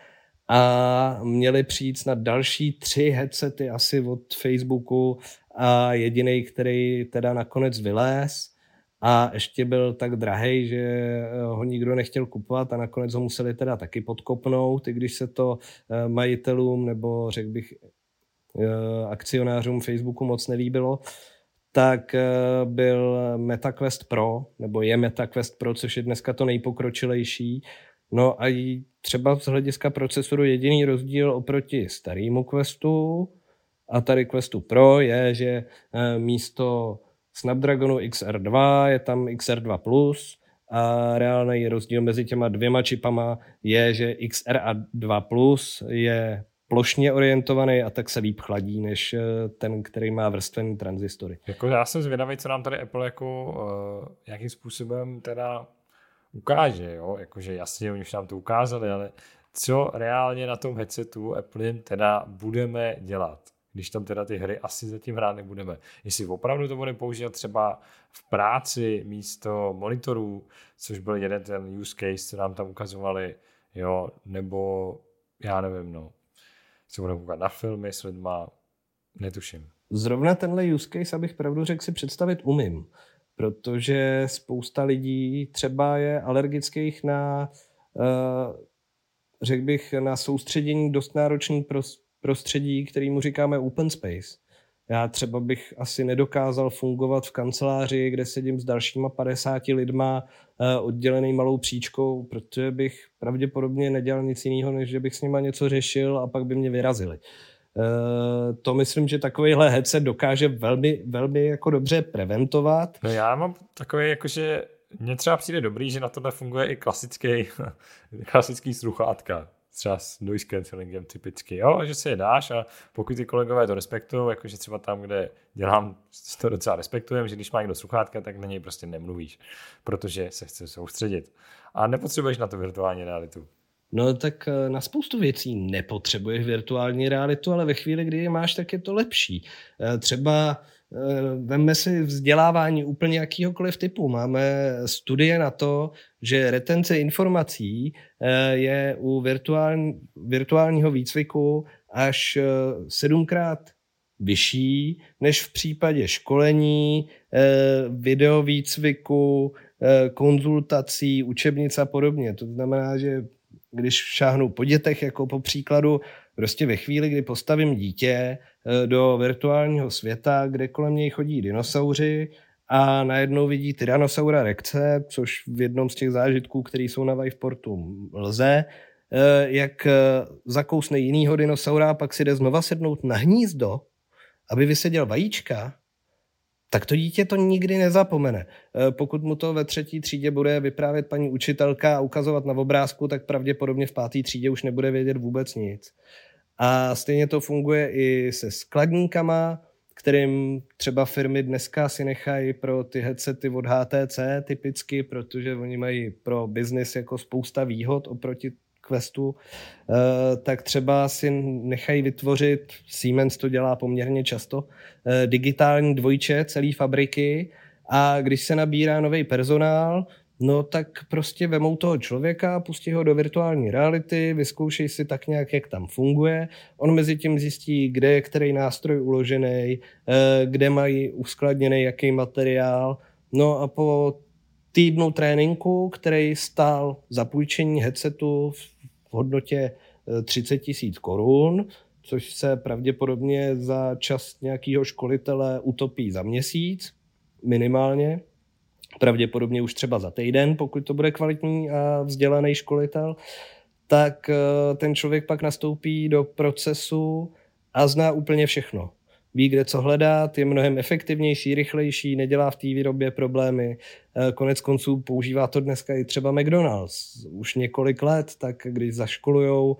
A měli přijít na další tři headsety asi od Facebooku a jedinej, který teda nakonec vyléz, a ještě byl tak drahej, že ho nikdo nechtěl kupovat a nakonec ho museli teda taky podkopnout, i když se to majitelům nebo řekl bych akcionářům Facebooku moc nelíbilo, tak byl MetaQuest Pro, nebo je MetaQuest Pro, což je dneska to nejpokročilejší. No a i třeba z hlediska procesoru jediný rozdíl oproti starému Questu a tady Questu Pro je, že místo Snapdragonu X R dva je tam X R dva plus a reálný rozdíl mezi těma dvěma čipama je, že X R dva plus je plošně orientovaný a tak se líp chladí, než ten, který má vrstvený transistory. Jako já jsem zvědavý, co nám tady Apple jako uh, jakým způsobem teda ukáže, jo, jakože jasně, oni už nám to ukázali, ale co reálně na tom headsetu Apple teda budeme dělat, když tam teda ty hry asi zatím hrát nebudeme. Jestli opravdu to budeme používat třeba v práci místo monitorů, což byl jeden ten use case, co nám tam ukazovali, jo, nebo já nevím, no, co budeme koukat na filmy s lidma, netuším. Zrovna tenhle use case, abych pravdu řekl, si představit umím, protože spousta lidí třeba je alergických na, uh, řekl bych, na soustředění dost náročný prostředí, kterýmu říkáme open space. Já třeba bych asi nedokázal fungovat v kanceláři, kde sedím s dalšíma padesáti lidma uh, oddělený malou příčkou, protože bych pravděpodobně nedělal nic jiného, než že bych s nima něco řešil a pak by mě vyrazili. Uh, to myslím, že takovýhle headset dokáže velmi, velmi jako dobře preventovat. No já mám takový, jakože mně třeba přijde dobrý, že na tohle funguje i klasický, klasický sluchátka, třeba s noise cancellingem typicky, jo, že si je dáš a pokud ty kolegové to respektují, jakože třeba tam, kde dělám, to docela respektujeme, že když má někdo sluchátka, tak na něj prostě nemluvíš, protože se chce soustředit a nepotřebuješ na to virtuální realitu. No tak na spoustu věcí nepotřebuješ virtuální realitu, ale ve chvíli, kdy je máš, tak je to lepší. Třeba vemme si vzdělávání úplně jakýhokoliv typu. Máme studie na to, že retence informací je u virtuální, virtuálního výcviku až sedmkrát vyšší než v případě školení, videovýcviku, konzultací, učebnic a podobně. To znamená, že když šáhnu po dětech jako po příkladu, prostě ve chvíli, kdy postavím dítě do virtuálního světa, kde kolem něj chodí dinosauři a najednou vidí Tyrannosaura rexe, což v jednom z těch zážitků, který jsou na Viveportu, lze, jak zakousne jinýho dinosaura a pak si jde znova sednout na hnízdo, aby vyseděl vajíčka, tak to dítě to nikdy nezapomene. Pokud mu to ve třetí třídě bude vyprávět paní učitelka a ukazovat na obrázku, tak pravděpodobně v páté třídě už nebude vědět vůbec nic. A stejně to funguje i se skladníkama, kterým třeba firmy dneska si nechají pro ty headsety od H T C typicky, protože oni mají pro biznis jako spousta výhod oproti Questu, tak třeba si nechají vytvořit, Siemens to dělá poměrně často, digitální dvojče celé fabriky a když se nabírá nový personál, no tak prostě vemou toho člověka, pustí ho do virtuální reality, vyzkoušej si tak nějak, jak tam funguje. On mezi tím zjistí, kde je který nástroj uložený, kde mají uskladněný jaký materiál. No a po týdnu tréninku, který stál zapůjčení headsetu v hodnotě třicet tisíc korun, což se pravděpodobně za čas nějakého školitele utopí za měsíc, minimálně. Pravděpodobně už třeba za týden, pokud to bude kvalitní a vzdělaný školitel, tak ten člověk pak nastoupí do procesu a zná úplně všechno. Ví, kde co hledat, je mnohem efektivnější, rychlejší, nedělá v té výrobě problémy. Konec konců používá to dneska i třeba McDonald's. Už několik let, tak když zaškolujou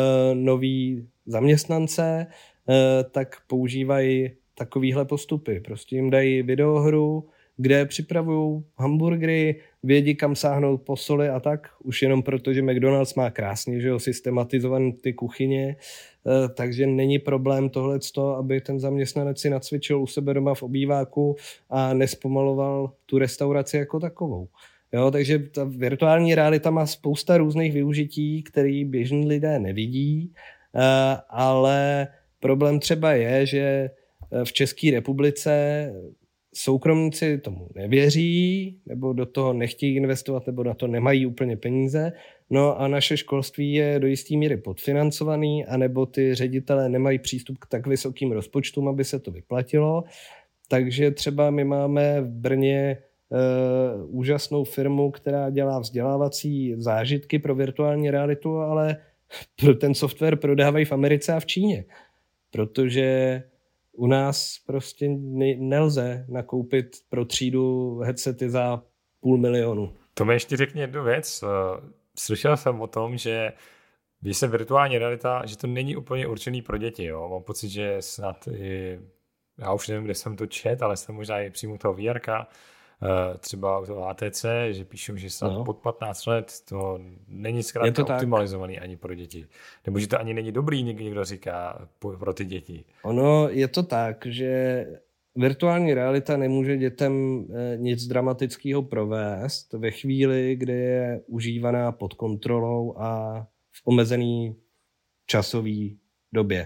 nový zaměstnance, tak používají takovýhle postupy. Prostě jim dají videohru, kde připravují hamburgery, vědí, kam sáhnout po soli a tak. Už jenom proto, že McDonald's má krásně, že jo, systematizované ty kuchyně, takže není problém tohleto, aby ten zaměstnanec si nacvičil u sebe doma v obýváku a nespomaloval tu restauraci jako takovou. Jo, takže ta virtuální realita má spousta různých využití, které běžní lidé nevidí, ale problém třeba je, že v České republice soukromníci tomu nevěří, nebo do toho nechtějí investovat, nebo na to nemají úplně peníze. No a naše školství je do jisté míry podfinancovaný, anebo ty ředitelé nemají přístup k tak vysokým rozpočtům, aby se to vyplatilo. Takže třeba my máme v Brně uh, úžasnou firmu, která dělá vzdělávací zážitky pro virtuální realitu, ale ten software prodávají v Americe a v Číně. Protože u nás prostě nelze nakoupit pro třídu headsety za půl milionu. To mi ještě řekni jednu věc. Slyšel jsem o tom, že když se virtuální realita, že to není úplně určený pro děti. Jo? Mám pocit, že snad i, já už nevím, kde jsem to čet, ale jsem možná i přímo toho V R ka, třeba u toho H T C, že píšou, že snad no. pod patnáct let to není zkrátka optimalizovaný ani pro děti. Nebo že to ani není dobrý, někdo říká, pro ty děti. Ono je to tak, že virtuální realita nemůže dětem nic dramatického provést ve chvíli, kdy je užívaná pod kontrolou a v omezený časový době.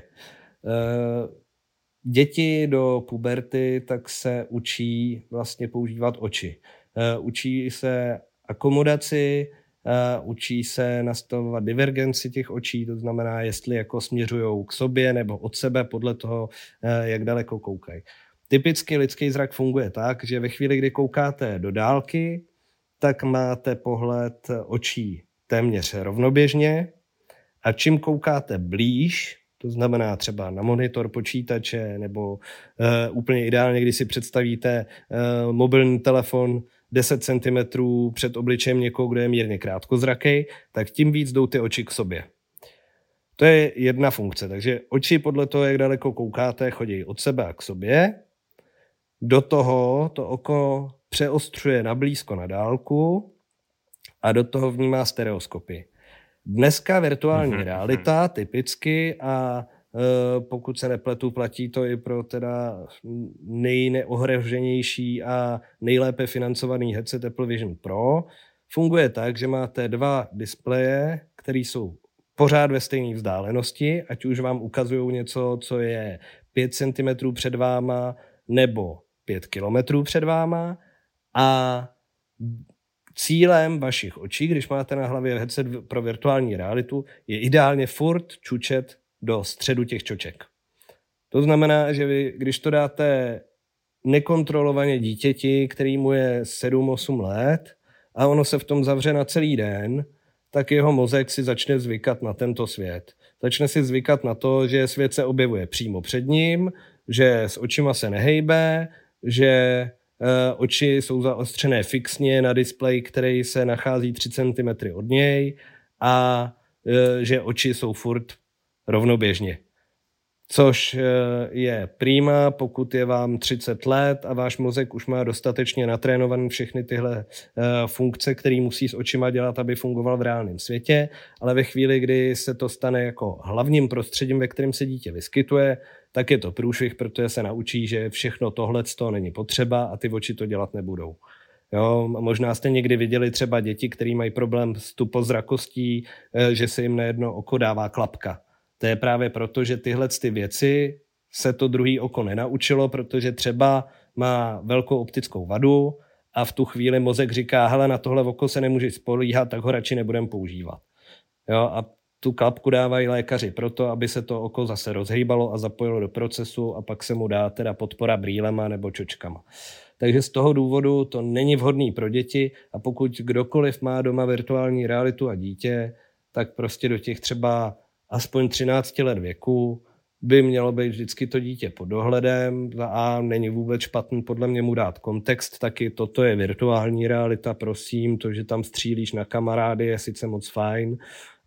Děti do puberty tak se učí vlastně používat oči. Učí se akomodaci, učí se nastavovat divergenci těch očí, to znamená, jestli jako směřují k sobě nebo od sebe podle toho, jak daleko koukají. Typicky lidský zrak funguje tak, že ve chvíli, kdy koukáte do dálky, tak máte pohled očí téměř rovnoběžně a čím koukáte blíž, to znamená třeba na monitor počítače nebo uh, úplně ideálně, když si představíte uh, mobilní telefon deset centimetrů před obličejem někoho, kdo je mírně krátkozraký, tak tím víc jdou ty oči k sobě. To je jedna funkce, takže oči podle toho, jak daleko koukáte, chodí od sebe a k sobě. Do toho to oko přeostřuje na blízko na dálku a do toho vnímá stereoskopy. Dneska virtuální mm-hmm. realita typicky a e, pokud se nepletu, platí to i pro teda nejneohroženější a nejlépe financovaný headset Apple Vision Pro, funguje tak, že máte dva displeje, které jsou pořád ve stejné vzdálenosti, ať už vám ukazují něco, co je pět centimetrů před váma nebo pět kilometrů před váma a cílem vašich očí, když máte na hlavě headset pro virtuální realitu, je ideálně furt čučet do středu těch čoček. To znamená, že vy, když to dáte nekontrolovaně dítěti, kterýmu je sedm osm let a ono se v tom zavře na celý den, tak jeho mozek si začne zvykat na tento svět. Začne si zvykat na to, že svět se objevuje přímo před ním, že s očima se nehejbe, že Uh, oči jsou zaostřené fixně na displeji, který se nachází tři centimetry od něj a uh, že oči jsou furt rovnoběžně. Což uh, je prima, pokud je vám třicet let a váš mozek už má dostatečně natrénované všechny tyhle uh, funkce, které musí s očima dělat, aby fungoval v reálném světě, ale ve chvíli, kdy se to stane jako hlavním prostředím, ve kterém se dítě vyskytuje, tak je to průšvih, protože se naučí, že všechno tohle to není potřeba a ty oči to dělat nebudou. Jo, možná jste někdy viděli třeba děti, které mají problém s tupozrakostí, že se jim na jedno oko dává klapka. To je právě proto, že tyhle ty věci se to druhý oko nenaučilo, protože třeba má velkou optickou vadu a v tu chvíli mozek říká, hele, na tohle oko se nemůžeš spolíhat, tak ho radši nebudem používat. Jo, a tu klapku dávají lékaři proto, aby se to oko zase rozhýbalo a zapojilo do procesu a pak se mu dá teda podpora brýlema nebo čočkama. Takže z toho důvodu to není vhodný pro děti a pokud kdokoliv má doma virtuální realitu a dítě, tak prostě do těch třeba aspoň třináct let věku by mělo být vždycky to dítě pod dohledem a není vůbec špatný podle mě mu dát kontext, taky toto je virtuální realita, prosím, to, že tam střílíš na kamarády je sice moc fajn,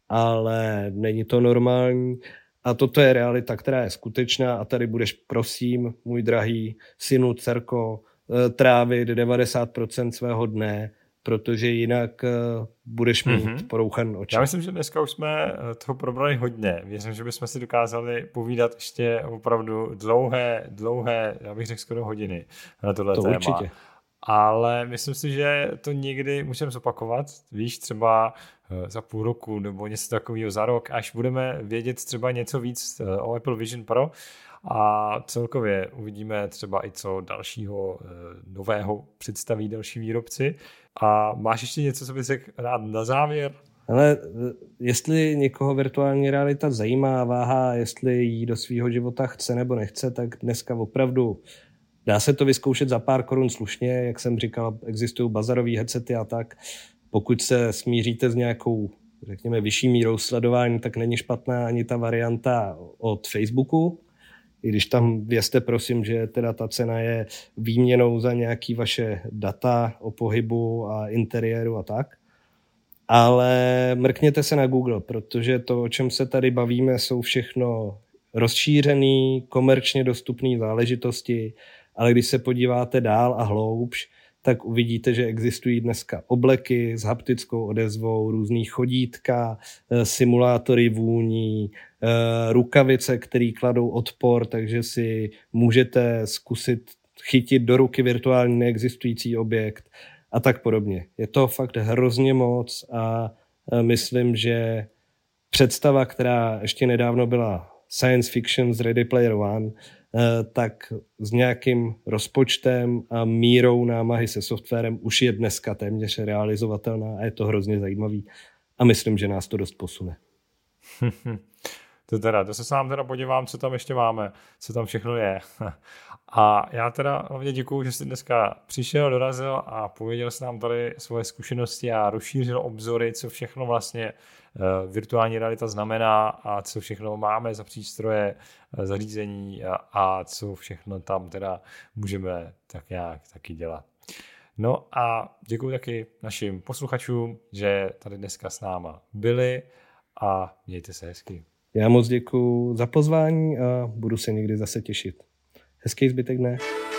ale není to normální a toto je realita, která je skutečná a tady budeš, prosím, můj drahý synu, dcerko, trávit devadesát procent svého dne, protože jinak budeš mít mm-hmm. porouchaný oči. Já myslím, že dneska už jsme toho probrali hodně. Věřím, že bychom si dokázali povídat ještě opravdu dlouhé, dlouhé, já bych řekl skoro hodiny na tohle to téma. Určitě. Ale myslím si, že to někdy můžeme zopakovat, víš, třeba za půl roku nebo něco takového za rok, až budeme vědět třeba něco víc o Apple Vision Pro a celkově uvidíme třeba i co dalšího nového představí další výrobci. A máš ještě něco, co bys řekl rád na závěr? Ale jestli někoho virtuální realita zajímá, váhá, jestli jí do svého života chce nebo nechce, tak dneska opravdu dá se to vyzkoušet za pár korun slušně. Jak jsem říkal, existují bazarový headsety a tak. Pokud se smíříte s nějakou, řekněme, vyšší mírou sledování, tak není špatná ani ta varianta od Facebooku. I když tam vězte, prosím, že teda ta cena je výměnou za nějaké vaše data o pohybu a interiéru a tak. Ale mrkněte se na Google, protože to, o čem se tady bavíme, jsou všechno rozšířený, komerčně dostupné záležitosti, ale když se podíváte dál a hloubš, tak uvidíte, že existují dneska obleky s haptickou odezvou, různý chodítka, simulátory vůní, rukavice, které kladou odpor, takže si můžete zkusit chytit do ruky virtuální neexistující objekt a tak podobně. Je to fakt hrozně moc a myslím, že představa, která ještě nedávno byla science fiction z Ready Player One, tak s nějakým rozpočtem a mírou námahy se softwarem už je dneska téměř realizovatelná a je to hrozně zajímavý a myslím, že nás to dost posune. To teda, to se sám teda podívám, co tam ještě máme, co tam všechno je. A já teda hlavně děkuju, že jsi dneska přišel, dorazil a pověděl jsi nám tady svoje zkušenosti a rozšířil obzory, co všechno vlastně virtuální realita znamená a co všechno máme za přístroje, zařízení a, a co všechno tam teda můžeme tak nějak taky dělat. No a děkuji taky našim posluchačům, že tady dneska s náma byli a mějte se hezky. Já moc děkuji za pozvání a budu se někdy zase těšit. Hezký zbytek dne.